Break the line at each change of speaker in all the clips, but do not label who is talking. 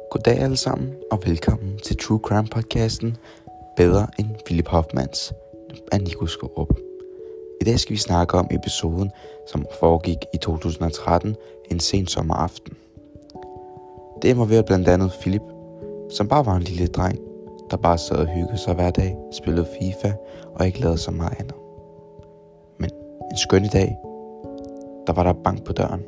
Goddag alle sammen, og velkommen til True Crime podcasten Bedre end Philip Hoffmans af Nico Skårup. I dag skal vi snakke om episoden, som foregik i 2013 en sen sommeraften. Det involverer blandt andet Philip, som bare var en lille dreng, der bare sad og hyggede sig hver dag, spillede FIFA og ikke lavede så meget andet. Men en skønne dag, der var der bank på døren.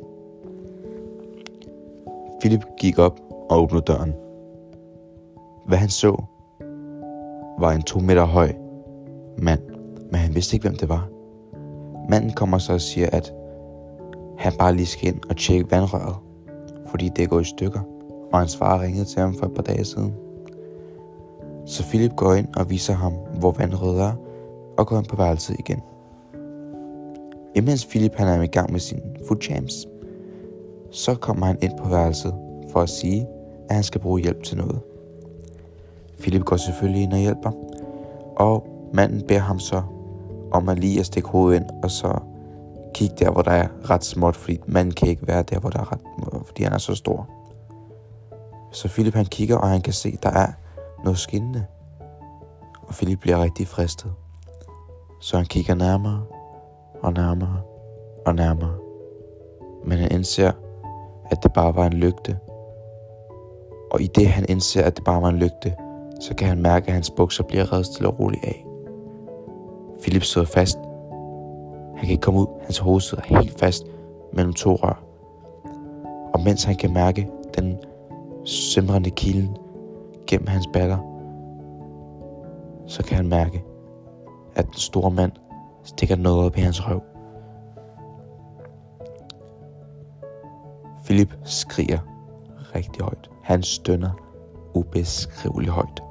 Philip gik op og åbnede døren. Hvad han så, var en 2 meter høj mand, men han vidste ikke, hvem det var. Manden kommer så og siger, at han bare lige skal ind og tjekke vandrøret, fordi det er gået i stykker, og hans far ringede til ham for et par dage siden. Så Philip går ind og viser ham, hvor vandrøret er, og går ind på værelset igen. Imens Philip han er i gang med sin food champs, så kommer han ind på værelset for at sige, at han skal bruge hjælp til noget. Philip går selvfølgelig ind og hjælper, og manden beder ham så om at lige at stikke hovedet ind, og så kigge der, hvor der er ret småt, fordi manden kan ikke være der, hvor der er ret, fordi han er så stor. Så Philip han kigger, og han kan se, der er noget skinnende, og Philip bliver rigtig fristet. Så han kigger nærmere og nærmere og nærmere, men han indser, at det bare var en lygte. Og i det han indser, at det bare var en lygte, så kan han mærke, at hans bukser bliver revet stille og roligt af. Philip sidder fast. Han kan ikke komme ud. Hans hoved sidder helt fast mellem 2 rør. Og mens han kan mærke den simrende kilden gennem hans baller, så kan han mærke, at den store mand stikker noget op i hans røv. Philip skriger rigtig højt. Han stønner ubeskriveligt højt.